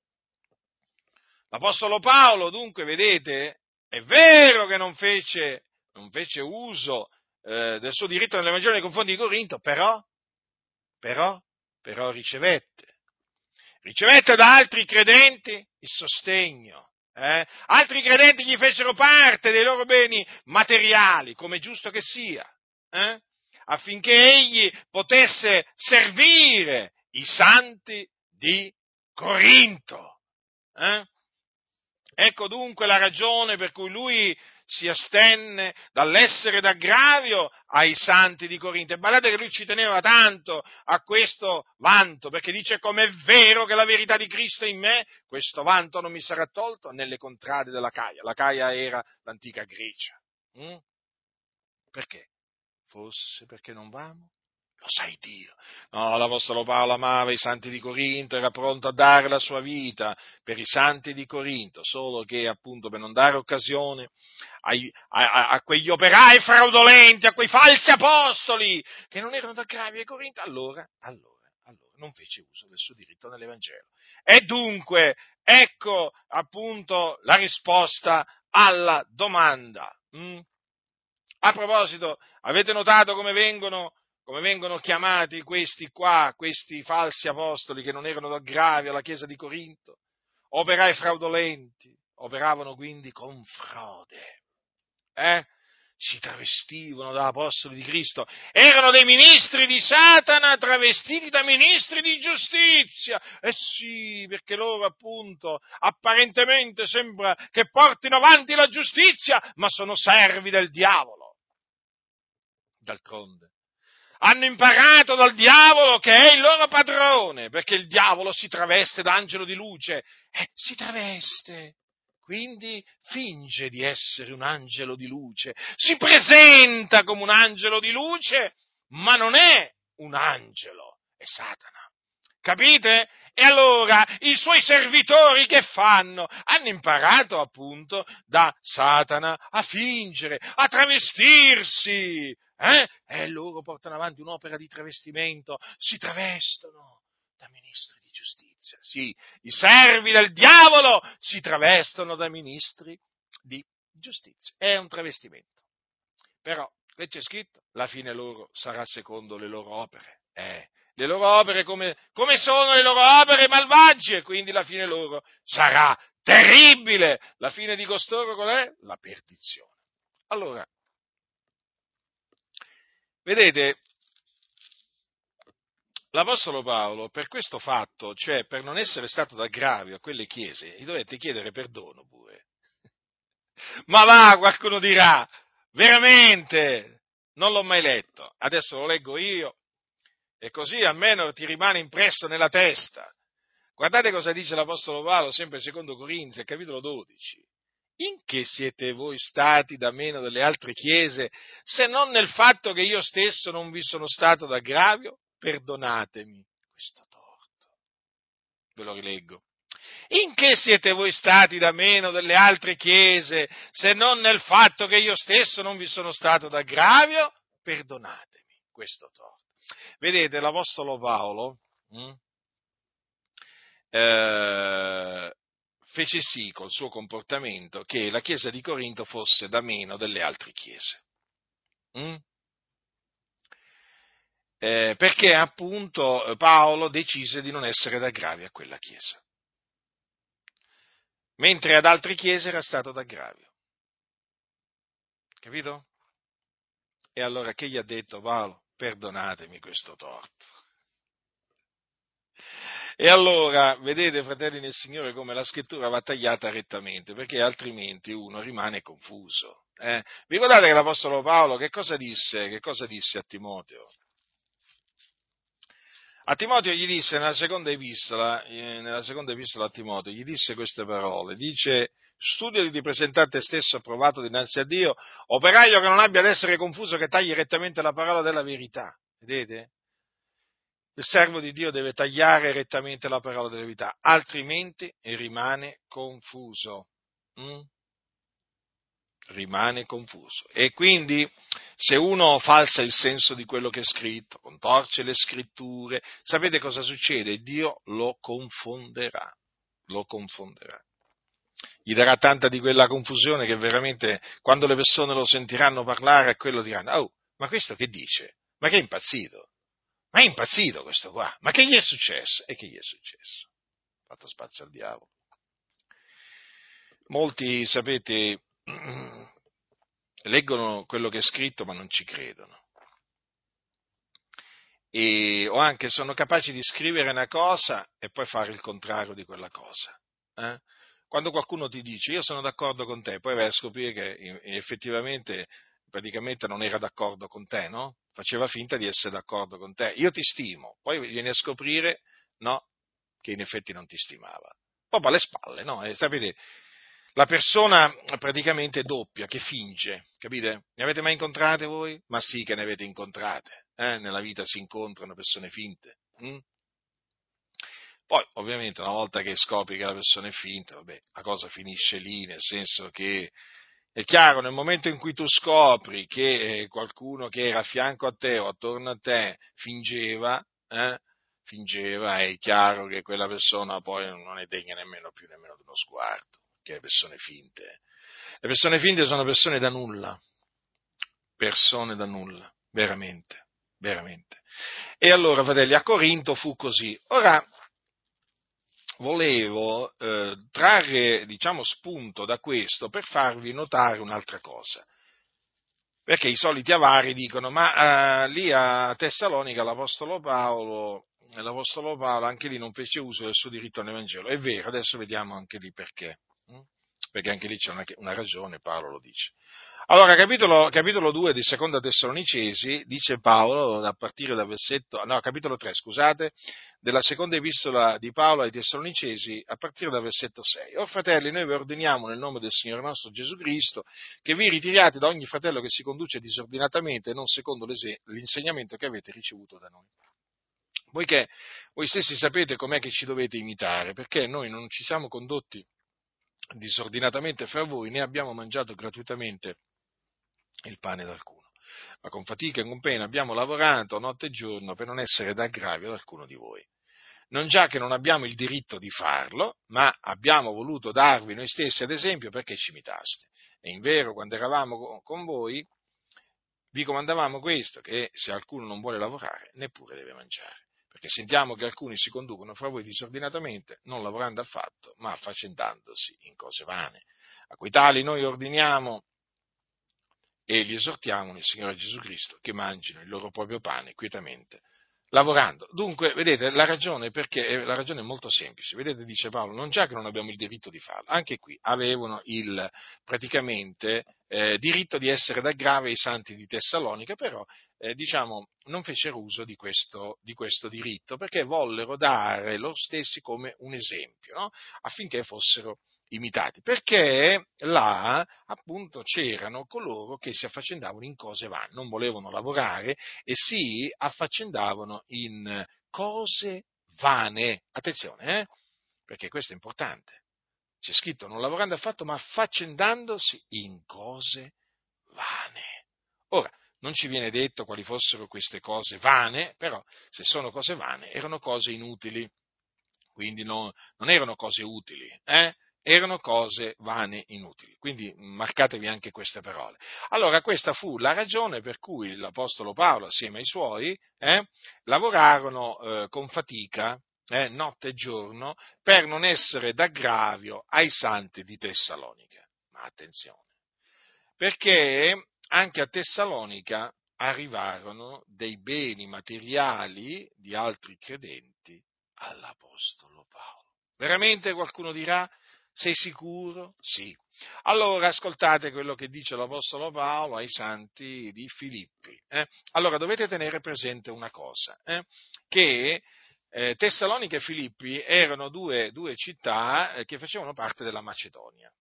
l'Apostolo Paolo, dunque, vedete, è vero che non fece, non fece uso eh, del suo diritto nell'Evangelo nei confronti di Corinto, però, però, però ricevette. Ricevette da altri credenti il sostegno. Eh? Altri credenti gli fecero parte dei loro beni materiali, come è giusto che sia, eh? affinché egli potesse servire i santi di Corinto. Eh? Ecco dunque la ragione per cui lui si astenne dall'essere d'aggravio ai santi di Corinto. E badate che lui ci teneva tanto a questo vanto, perché dice: come è vero che la verità di Cristo è in me, questo vanto non mi sarà tolto nelle contrade della Caia. La Caia era l'antica Grecia. Mm? Perché? Forse perché non vamo? Lo sai Dio. No, l'Apostolo Paolo amava i santi di Corinto, era pronto a dare la sua vita per i santi di Corinto, solo che appunto per non dare occasione ai, a, a quegli operai fraudolenti, a quei falsi apostoli che non erano d'aggravi ai Corinti, allora, allora, allora non fece uso del suo diritto nell'Evangelo. E dunque, ecco appunto la risposta alla domanda. Mm? A proposito, avete notato come vengono come vengono chiamati questi qua, questi falsi apostoli che non erano d'agravio alla Chiesa di Corinto, operai fraudolenti, operavano quindi con frode, eh? Si travestivano da apostoli di Cristo, erano dei ministri di Satana travestiti da ministri di giustizia. Eh sì, perché loro appunto apparentemente sembra che portino avanti la giustizia, ma sono servi del diavolo. D'altronde hanno imparato dal diavolo che è il loro padrone, perché il diavolo si traveste da angelo di luce, eh, si traveste. Quindi finge di essere un angelo di luce, si presenta come un angelo di luce, ma non è un angelo, è Satana. Capite? E allora i suoi servitori che fanno? Hanno imparato appunto da Satana a fingere, a travestirsi, eh? E loro portano avanti un'opera di travestimento, si travestono da ministri di giustizia. Sì, i servi del diavolo si travestono da ministri di giustizia. È un travestimento. Però, qui c'è scritto, la fine loro sarà secondo le loro opere. Eh, le loro opere come, come sono le loro opere malvagie, quindi la fine loro sarà terribile. La fine di costoro qual è? La perdizione. Allora, vedete, l'Apostolo Paolo, per questo fatto, cioè per non essere stato d'aggravio a quelle chiese, gli dovette chiedere perdono pure. Ma va, qualcuno dirà, veramente, non l'ho mai letto, adesso lo leggo io, e così almeno ti rimane impresso nella testa. Guardate cosa dice l'Apostolo Paolo, sempre secondo Corinzi, al capitolo dodici. In che siete voi stati da meno delle altre chiese, se non nel fatto che io stesso non vi sono stato d'aggravio? Perdonatemi questo torto. Ve lo rileggo. In che siete voi stati da meno delle altre chiese, se non nel fatto che io stesso non vi sono stato d'aggravio? Perdonatemi questo torto. Vedete, l'Apostolo Paolo hm, eh, fece sì col suo comportamento che la chiesa di Corinto fosse da meno delle altre chiese. Hm? Eh, perché appunto Paolo decise di non essere d'aggravio a quella chiesa, mentre ad altre chiese era stato d'aggravio. Capito? E allora che gli ha detto Paolo? Perdonatemi questo torto. E allora, vedete, fratelli nel Signore, come la scrittura va tagliata rettamente, perché altrimenti uno rimane confuso. Eh? Vi ricordate che l'Apostolo Paolo che cosa disse? Che cosa disse a Timoteo? A Timoteo gli disse nella seconda epistola, eh, nella seconda epistola a Timoteo, gli disse queste parole, dice: studia di presentare te stesso approvato dinanzi a Dio, operaio che non abbia ad essere confuso, che tagli rettamente la parola della verità. Vedete? Il servo di Dio deve tagliare rettamente la parola della verità, altrimenti rimane confuso. Mm? Rimane confuso. E quindi, se uno falsa il senso di quello che è scritto, contorce le scritture, sapete cosa succede? Dio lo confonderà, lo confonderà. Gli darà tanta di quella confusione che veramente, quando le persone lo sentiranno parlare, quello diranno: oh, ma questo che dice? Ma che è impazzito? Ma è impazzito questo qua? Ma che gli è successo? E che gli è successo? Ha fatto spazio al diavolo. Molti, sapete, leggono quello che è scritto ma non ci credono. E, o anche sono capaci di scrivere una cosa e poi fare il contrario di quella cosa. Eh? Quando qualcuno ti dice io sono d'accordo con te, poi vai a scoprire che effettivamente praticamente non era d'accordo con te, no? Faceva finta di essere d'accordo con te. Io ti stimo, poi vieni a scoprire, no, che in effetti non ti stimava. Proprio alle spalle, no? E sapete, la persona praticamente doppia, che finge, capite? Ne avete mai incontrate voi? Ma sì che ne avete incontrate, eh? Nella vita si incontrano persone finte. Hm? Poi, ovviamente, una volta che scopri che la persona è finta, vabbè, la cosa finisce lì, nel senso che è chiaro, nel momento in cui tu scopri che qualcuno che era a fianco a te o attorno a te fingeva, eh, fingeva, è chiaro che quella persona poi non è degna nemmeno più nemmeno di uno sguardo, che le persone finte. Le persone finte sono persone da nulla, persone da nulla, veramente. veramente. E allora, fratelli, a Corinto fu così. Ora, volevo eh, trarre, diciamo, spunto da questo per farvi notare un'altra cosa. Perché i soliti avari dicono, ma eh, lì a Tessalonica l'Apostolo Paolo, l'Apostolo Paolo anche lì non fece uso del suo diritto all'Evangelo. È vero, adesso vediamo anche lì perché. hm? Perché anche lì c'è una, una ragione, Paolo lo dice. Allora, capitolo, capitolo due di Seconda Tessalonicesi, dice Paolo, a partire dal versetto, no, capitolo tre, scusate, della seconda epistola di Paolo ai Tessalonicesi, a partire dal versetto sei. Or fratelli, noi vi ordiniamo nel nome del Signore nostro Gesù Cristo, che vi ritiriate da ogni fratello che si conduce disordinatamente e non secondo l'insegnamento che avete ricevuto da noi. Poiché voi stessi sapete com'è che ci dovete imitare, perché noi non ci siamo condotti disordinatamente fra voi, né abbiamo mangiato gratuitamente il pane d'alcuno, ma con fatica e con pena abbiamo lavorato notte e giorno per non essere d'aggravio ad alcuno di voi. Non già che non abbiamo il diritto di farlo, ma abbiamo voluto darvi noi stessi ad esempio perché ci imitaste. E invero, quando eravamo con voi, vi comandavamo questo, che se alcuno non vuole lavorare, neppure deve mangiare. Perché sentiamo che alcuni si conducono fra voi disordinatamente, non lavorando affatto, ma affaccendandosi in cose vane. A quei tali noi ordiniamo e li esortiamo nel Signore Gesù Cristo che mangino il loro proprio pane quietamente, lavorando. Dunque, vedete, la ragione, perché, la ragione è molto semplice. Vedete, dice Paolo, non già che non abbiamo il diritto di farlo, anche qui avevano il, praticamente, eh, diritto di essere d'aggrave ai santi di Tessalonica, però, eh, diciamo, non fecero uso di questo, di questo diritto, perché vollero dare loro stessi come un esempio, no? Affinché fossero imitati, perché là appunto c'erano coloro che si affaccendavano in cose vane, non volevano lavorare e si affaccendavano in cose vane. Attenzione, eh? Perché questo è importante. C'è scritto non lavorando affatto, ma affaccendandosi in cose vane. Ora, non ci viene detto quali fossero queste cose vane, però se sono cose vane erano cose inutili, quindi no, non erano cose utili, eh? Erano cose vane, inutili. Quindi marcatevi anche queste parole. Allora, questa fu la ragione per cui l'Apostolo Paolo, assieme ai suoi, eh, lavorarono eh, con fatica, eh, notte e giorno, per non essere d'aggravio ai santi di Tessalonica. Ma attenzione, perché anche a Tessalonica arrivarono dei beni materiali di altri credenti all'Apostolo Paolo. Veramente qualcuno dirà, sei sicuro? Sì. Allora ascoltate quello che dice l'Apostolo Paolo ai santi di Filippi. Eh? Allora dovete tenere presente una cosa, eh? che eh, Tessalonica e Filippi erano due, due città eh, che facevano parte della Macedonia.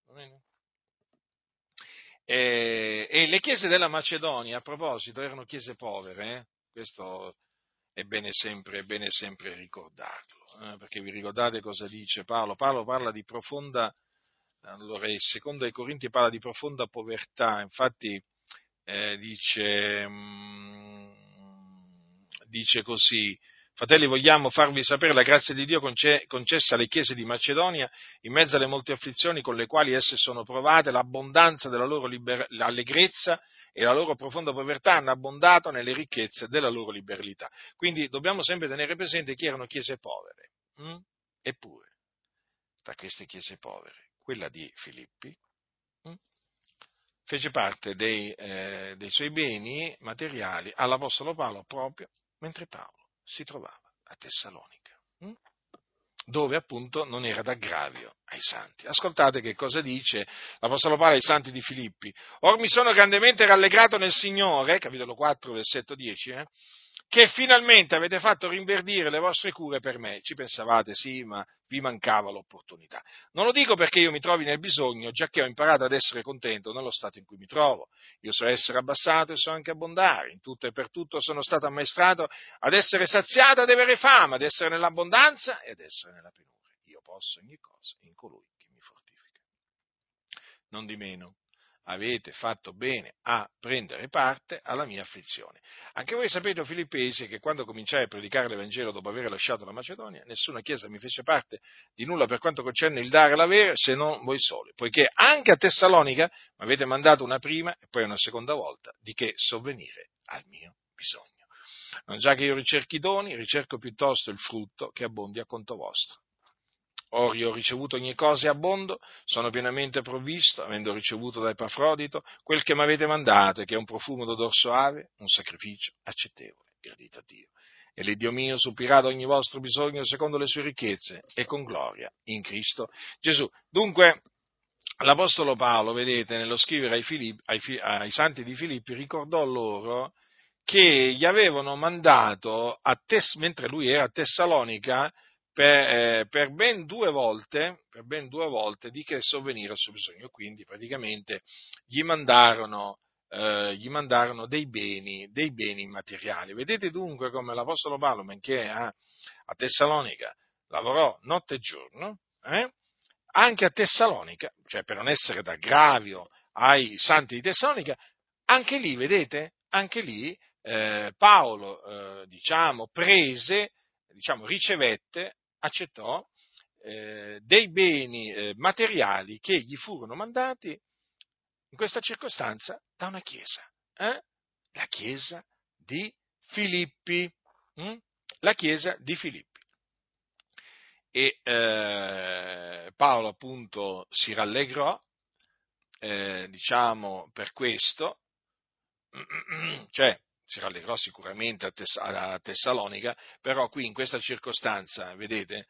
E, e le chiese della Macedonia, a proposito, erano chiese povere, eh? Questo è bene sempre, è bene sempre ricordarlo, eh? Perché vi ricordate cosa dice Paolo? Paolo parla di profonda, allora, il secondo ai Corinti parla di profonda povertà, infatti eh, dice, mm, dice così: fratelli, vogliamo farvi sapere la grazia di Dio conce- concessa alle chiese di Macedonia in mezzo alle molte afflizioni con le quali esse sono provate, l'abbondanza della loro liber- allegrezza e la loro profonda povertà hanno abbondato nelle ricchezze della loro liberalità. Quindi dobbiamo sempre tenere presente che erano chiese povere. Hm? Eppure, tra queste chiese povere, quella di Filippi hm? fece parte dei, eh, dei suoi beni materiali all'Apostolo Paolo proprio mentre Paolo si trovava a Tessalonica, hm? dove appunto non era d'aggravio ai santi. Ascoltate che cosa dice l'Apostolo Paolo ai santi di Filippi. Or mi sono grandemente rallegrato nel Signore, capitolo quattro, versetto dieci, eh, che finalmente avete fatto rinverdire le vostre cure per me. Ci pensavate, sì, ma vi mancava l'opportunità. Non lo dico perché io mi trovi nel bisogno, giacché ho imparato ad essere contento nello stato in cui mi trovo. Io so essere abbassato e so anche abbondare. In tutto e per tutto sono stato ammaestrato ad essere saziato, ad avere fame, ad essere nell'abbondanza e ad essere nella penuria. Io posso ogni cosa in colui che mi fortifica. Non di meno, avete fatto bene a prendere parte alla mia afflizione. Anche voi sapete, o Filippesi, che quando cominciai a predicare l'Evangelo dopo aver lasciato la Macedonia, nessuna chiesa mi fece parte di nulla per quanto concerne il dare e l'avere, se non voi soli, poiché anche a Tessalonica mi avete mandato una prima e poi una seconda volta di che sovvenire al mio bisogno. Non già che io ricerchi i doni, ricerco piuttosto il frutto che abbondi a conto vostro. Or io ho ricevuto ogni cosa e abbondo, sono pienamente provvisto, avendo ricevuto da Epafrodito quel che mi avete mandato, che è un profumo d'odor soave, un sacrificio accettevole, gradito a Dio. E l'Iddio mio supprirà ad ogni vostro bisogno secondo le sue ricchezze e con gloria in Cristo Gesù. Dunque, l'Apostolo Paolo, vedete, nello scrivere ai, Filippi, ai, ai santi di Filippi, ricordò loro che gli avevano mandato, a Tess, mentre lui era a Tessalonica, per, eh, per ben due volte, per ben due volte, di che sovvenire al suo bisogno. Quindi praticamente gli mandarono, eh, gli mandarono dei beni, dei beni materiali. Vedete dunque come l'Apostolo Paolo, benché a, a Tessalonica lavorò notte e giorno, eh, anche a Tessalonica, cioè per non essere d'aggravio ai santi di Tessalonica, anche lì, vedete, anche lì eh, Paolo, eh, diciamo, prese, diciamo, ricevette, accettò eh, dei beni eh, materiali che gli furono mandati, in questa circostanza, da una chiesa, eh? la chiesa di Filippi, hm? la chiesa di Filippi. E eh, Paolo appunto si rallegrò, eh, diciamo, per questo, cioè si rallegrò sicuramente a, Tess- a Tessalonica, però qui in questa circostanza, vedete,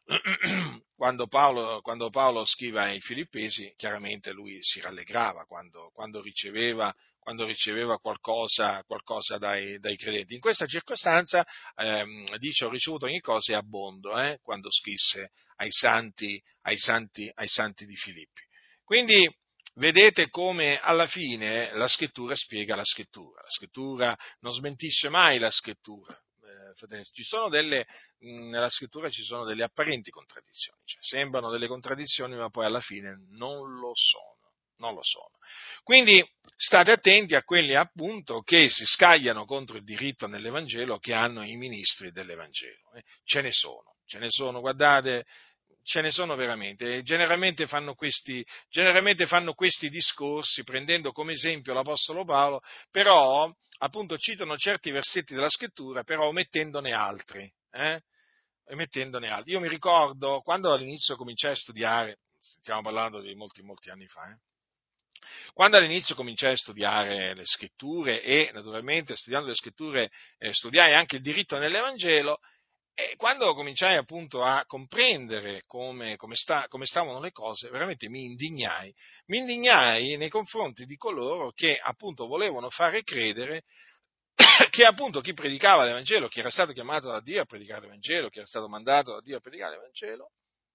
quando Paolo, quando Paolo scrive ai Filippesi, chiaramente lui si rallegrava quando, quando riceveva, quando riceveva qualcosa, qualcosa dai, dai credenti. In questa circostanza ehm, dice: ho ricevuto ogni cosa e abbondo, eh, quando scrisse ai santi, ai santi, ai santi di Filippi. Quindi vedete come alla fine la scrittura spiega la scrittura, la scrittura non smentisce mai la scrittura. Eh, fratelli, ci sono delle, mh, nella scrittura ci sono delle apparenti contraddizioni, cioè sembrano delle contraddizioni ma poi alla fine non lo sono, non lo sono. Quindi state attenti a quelli appunto che si scagliano contro il diritto nell'Evangelo, che hanno i ministri dell'Evangelo, eh. Ce ne sono, ce ne sono, guardate, ce ne sono veramente, generalmente fanno questi, generalmente fanno questi discorsi prendendo come esempio l'Apostolo Paolo, però appunto citano certi versetti della Scrittura, però omettendone altri, eh? omettendone altri. Io mi ricordo quando all'inizio cominciai a studiare, stiamo parlando di molti, molti anni fa, eh? Quando all'inizio cominciai a studiare le Scritture e naturalmente studiando le Scritture eh, studiai anche il diritto nell'Evangelo. E quando cominciai appunto a comprendere come, come, sta, come stavano le cose, veramente mi indignai. Mi indignai nei confronti di coloro che appunto volevano fare credere che appunto chi predicava l'Evangelo, chi era stato chiamato da Dio a predicare l'Evangelo, chi era stato mandato da Dio a predicare l'Evangelo,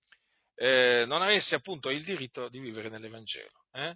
eh, non avesse appunto il diritto di vivere nell'Evangelo. Eh?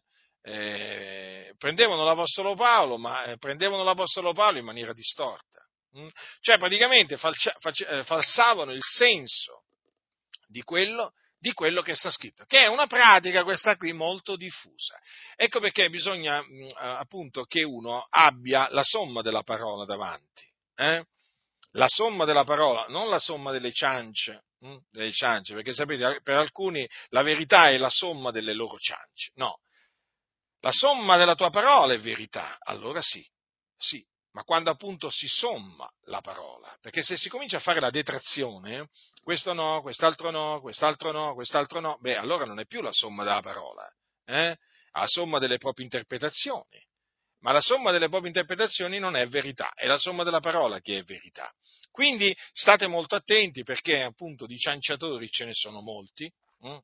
Eh, prendevano l'Apostolo Paolo, ma eh, prendevano l'Apostolo Paolo in maniera distorta. Mm? Cioè praticamente falcia, face, eh, falsavano il senso di quello, di quello che sta scritto, che è una pratica questa qui molto diffusa. Ecco perché bisogna mh, appunto che uno abbia la somma della parola davanti, eh? La somma della parola, non la somma delle ciance, hm? delle ciance, perché sapete, per alcuni la verità è la somma delle loro ciance, no. La somma della tua parola è verità, allora sì, sì, ma quando appunto si somma la parola, perché se si comincia a fare la detrazione, questo no, quest'altro no, quest'altro no, quest'altro no, beh, allora non è più la somma della parola, eh? La somma delle proprie interpretazioni, ma la somma delle proprie interpretazioni non è verità, è la somma della parola che è verità. Quindi state molto attenti perché appunto di cianciatori ce ne sono molti, hm?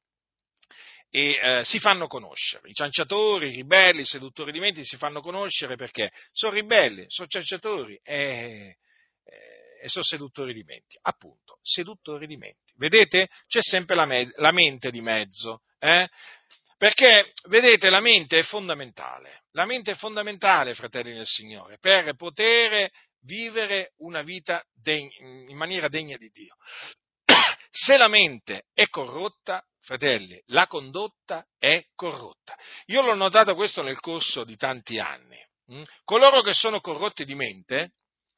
e eh, si fanno conoscere. I cianciatori, i ribelli, i seduttori di menti si fanno conoscere perché sono ribelli, sono cianciatori e, e sono seduttori di menti. Appunto, seduttori di menti. Vedete? C'è sempre la, me- la mente di mezzo. Eh? Perché, vedete, la mente è fondamentale. La mente è fondamentale, fratelli del Signore, per poter vivere una vita deg- in maniera degna di Dio. Se la mente è corrotta, fratelli, la condotta è corrotta. Io l'ho notato questo nel corso di tanti anni. Coloro che sono corrotti di mente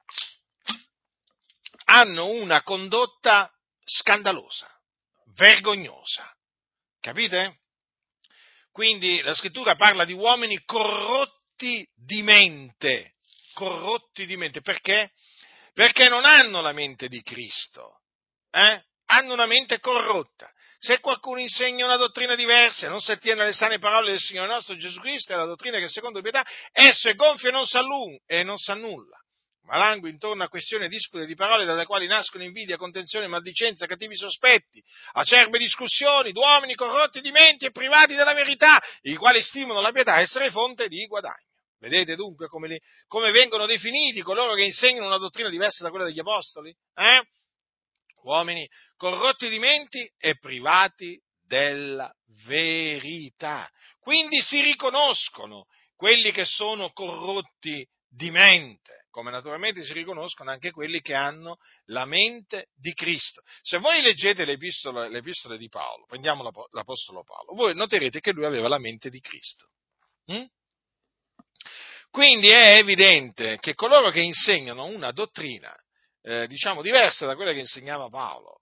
hanno una condotta scandalosa, vergognosa. Capite? Quindi la scrittura parla di uomini corrotti di mente. Corrotti di mente. Perché? perché non hanno la mente di Cristo, eh? Hanno una mente corrotta. Se qualcuno insegna una dottrina diversa e non si attiene alle sane parole del Signore nostro Gesù Cristo e alla dottrina che è secondo pietà, esso è gonfio e non sa lu- e non sa nulla. Malangui intorno a questioni e dispute di parole dalle quali nascono invidia, contenzione, maldicenza, cattivi sospetti, acerbe discussioni, d'uomini corrotti di menti e privati della verità, i quali stimano la pietà essere fonte di guadagno. Vedete dunque come, li, come vengono definiti coloro che insegnano una dottrina diversa da quella degli apostoli? Eh? Uomini corrotti di menti e privati della verità. Quindi si riconoscono quelli che sono corrotti di mente, come naturalmente si riconoscono anche quelli che hanno la mente di Cristo. Se voi leggete le epistole, le epistole di Paolo, prendiamo l'Apostolo Paolo, voi noterete che lui aveva la mente di Cristo. Hm? Quindi è evidente che coloro che insegnano una dottrina, eh, diciamo, diversa da quella che insegnava Paolo,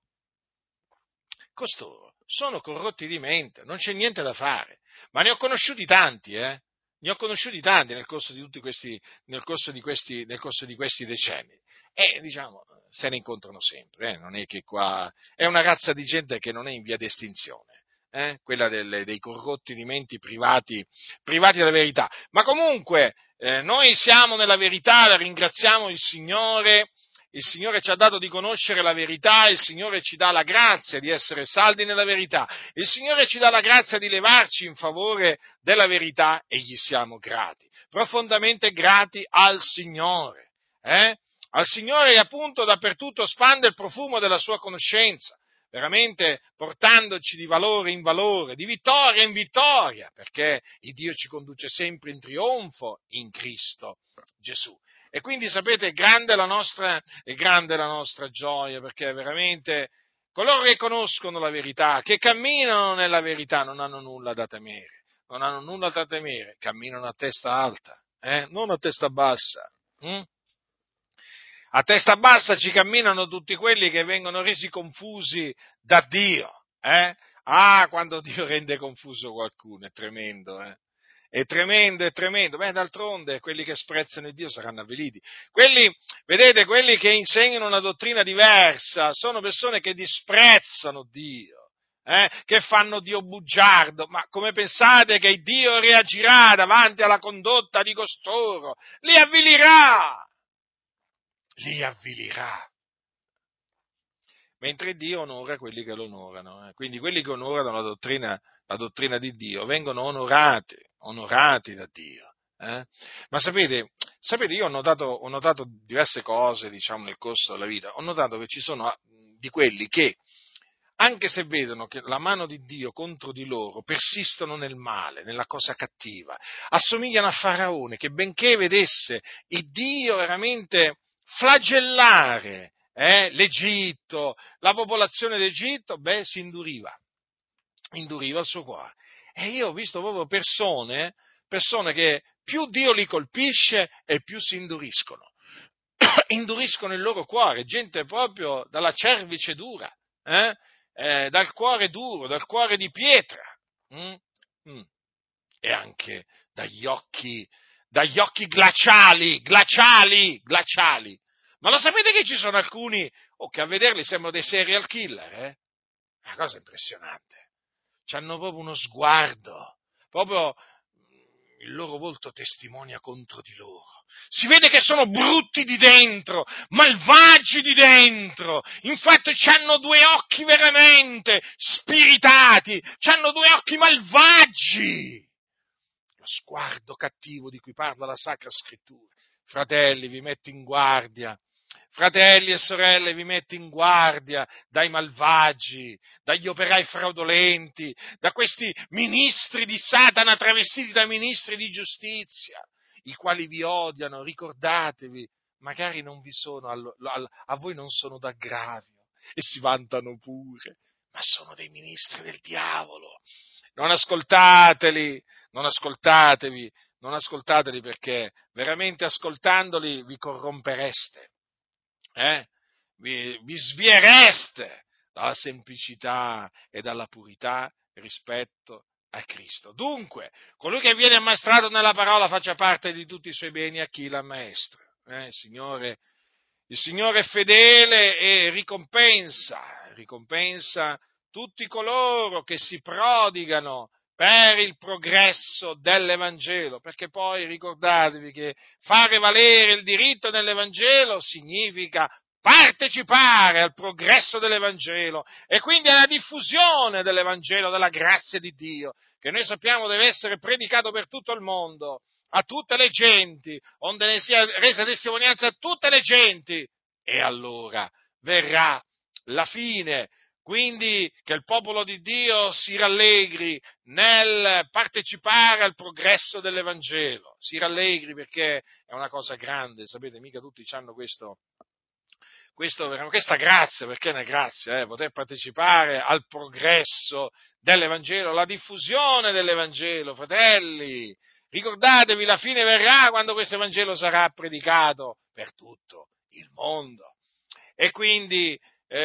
costoro sono corrotti di mente, non c'è niente da fare. Ma ne ho conosciuti tanti, eh? Ne ho conosciuti tanti nel corso di tutti questi, nel corso di questi, nel corso di questi decenni. E, diciamo, se ne incontrano sempre, eh? Non è che qua è una razza di gente che non è in via d'estinzione, eh? Quella delle, dei corrotti di menti privati, privati della verità. Ma comunque, eh, noi siamo nella verità, ringraziamo il Signore. Il Signore ci ha dato di conoscere la verità, il Signore ci dà la grazia di essere saldi nella verità, il Signore ci dà la grazia di levarci in favore della verità e gli siamo grati, profondamente grati al Signore, eh? Al Signore che appunto dappertutto spande il profumo della sua conoscenza, veramente portandoci di valore in valore, di vittoria in vittoria, perché il Dio ci conduce sempre in trionfo in Cristo Gesù. E quindi sapete, è grande la nostra, è grande la nostra gioia, perché veramente coloro che conoscono la verità, che camminano nella verità, non hanno nulla da temere, non hanno nulla da temere, camminano a testa alta, eh? Non a testa bassa. Hm? A testa bassa ci camminano tutti quelli che vengono resi confusi da Dio. Eh? Ah, quando Dio rende confuso qualcuno, è tremendo, eh? È tremendo, è tremendo. Beh, d'altronde, quelli che sprezzano il Dio saranno avviliti. Quelli, vedete, quelli che insegnano una dottrina diversa sono persone che disprezzano Dio, eh? Che fanno Dio bugiardo. Ma come pensate che Dio reagirà davanti alla condotta di costoro? Li avvilirà! Li avvilirà. Mentre Dio onora quelli che lo onorano. Eh? Quindi quelli che onorano la dottrina, la dottrina di Dio vengono onorati, onorati da Dio. Eh? Ma sapete, sapete, io ho notato, ho notato diverse cose, diciamo, nel corso della vita. Ho notato che ci sono di quelli che, anche se vedono che la mano di Dio contro di loro, persistono nel male, nella cosa cattiva, assomigliano a Faraone, che benché vedesse il Dio veramente flagellare eh, l'Egitto, la popolazione d'Egitto, beh, si induriva, induriva il suo cuore. E io ho visto proprio persone, persone che più Dio li colpisce e più si induriscono. Induriscono il loro cuore, gente proprio dalla cervice dura, eh? Eh, dal cuore duro, dal cuore di pietra, mm? Mm. E anche dagli occhi, dagli occhi glaciali, glaciali, glaciali. Ma lo sapete che ci sono alcuni oh, che a vederli sembrano dei serial killer, eh? È una cosa impressionante. C'hanno proprio uno sguardo, proprio il loro volto testimonia contro di loro. Si vede che sono brutti di dentro, malvagi di dentro. Infatti hanno due occhi veramente spiritati, hanno due occhi malvagi. Lo sguardo cattivo di cui parla la Sacra Scrittura. Fratelli, vi metto in guardia. Fratelli e sorelle, vi metto in guardia dai malvagi, dagli operai fraudolenti, da questi ministri di Satana travestiti da ministri di giustizia, i quali vi odiano, ricordatevi, magari non vi sono, a voi non sono d'aggravio e si vantano pure, ma sono dei ministri del diavolo. Non ascoltateli, non ascoltatevi, non ascoltateli perché veramente ascoltandoli vi corrompereste. Eh? Vi, vi sviereste dalla semplicità e dalla purità rispetto a Cristo. Dunque, colui che viene ammaestrato nella parola faccia parte di tutti i suoi beni a chi l'ammaestra. Eh, Signore, Il Signore è fedele e ricompensa, ricompensa tutti coloro che si prodigano per il progresso dell'Evangelo, perché poi ricordatevi che fare valere il diritto nell'Evangelo significa partecipare al progresso dell'Evangelo e quindi alla diffusione dell'Evangelo, della grazia di Dio, che noi sappiamo deve essere predicato per tutto il mondo, a tutte le genti, onde ne sia resa testimonianza a tutte le genti, e allora verrà la fine. Quindi che il popolo di Dio si rallegri nel partecipare al progresso dell'Evangelo, si rallegri perché è una cosa grande, sapete, mica tutti hanno questo, questo, questa grazia, perché è una grazia, eh, poter partecipare al progresso dell'Evangelo, alla diffusione dell'Evangelo, fratelli. Ricordatevi, la fine verrà quando questo Evangelo sarà predicato per tutto il mondo. E quindi,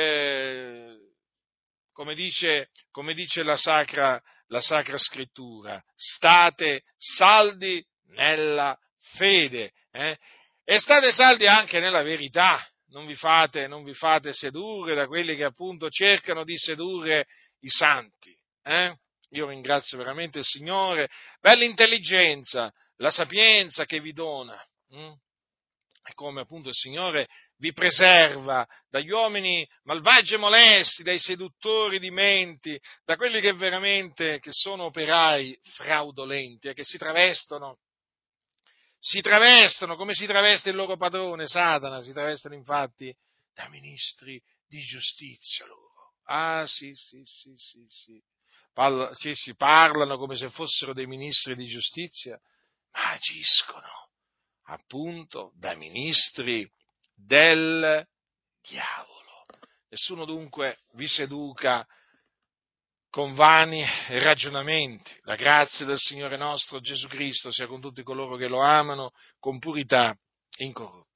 eh, come dice, come dice la, sacra, la Sacra Scrittura, state saldi nella fede, eh? E state saldi anche nella verità. Non vi fate, non vi fate sedurre da quelli che appunto cercano di sedurre i santi. Eh? Io ringrazio veramente il Signore per l'intelligenza, la sapienza che vi dona. Hm? E come appunto il Signore vi preserva dagli uomini malvagi e molesti, dai seduttori di menti, da quelli che veramente che sono operai fraudolenti e che si travestono, si travestono come si traveste il loro padrone, Satana, si travestono infatti da ministri di giustizia loro. Ah sì, sì, sì, sì, sì. Parla, sì, sì, parlano come se fossero dei ministri di giustizia, ma agiscono appunto da ministri del diavolo. Nessuno dunque vi seduca con vani ragionamenti. La grazia del Signore nostro Gesù Cristo sia con tutti coloro che lo amano con purità incorrotta.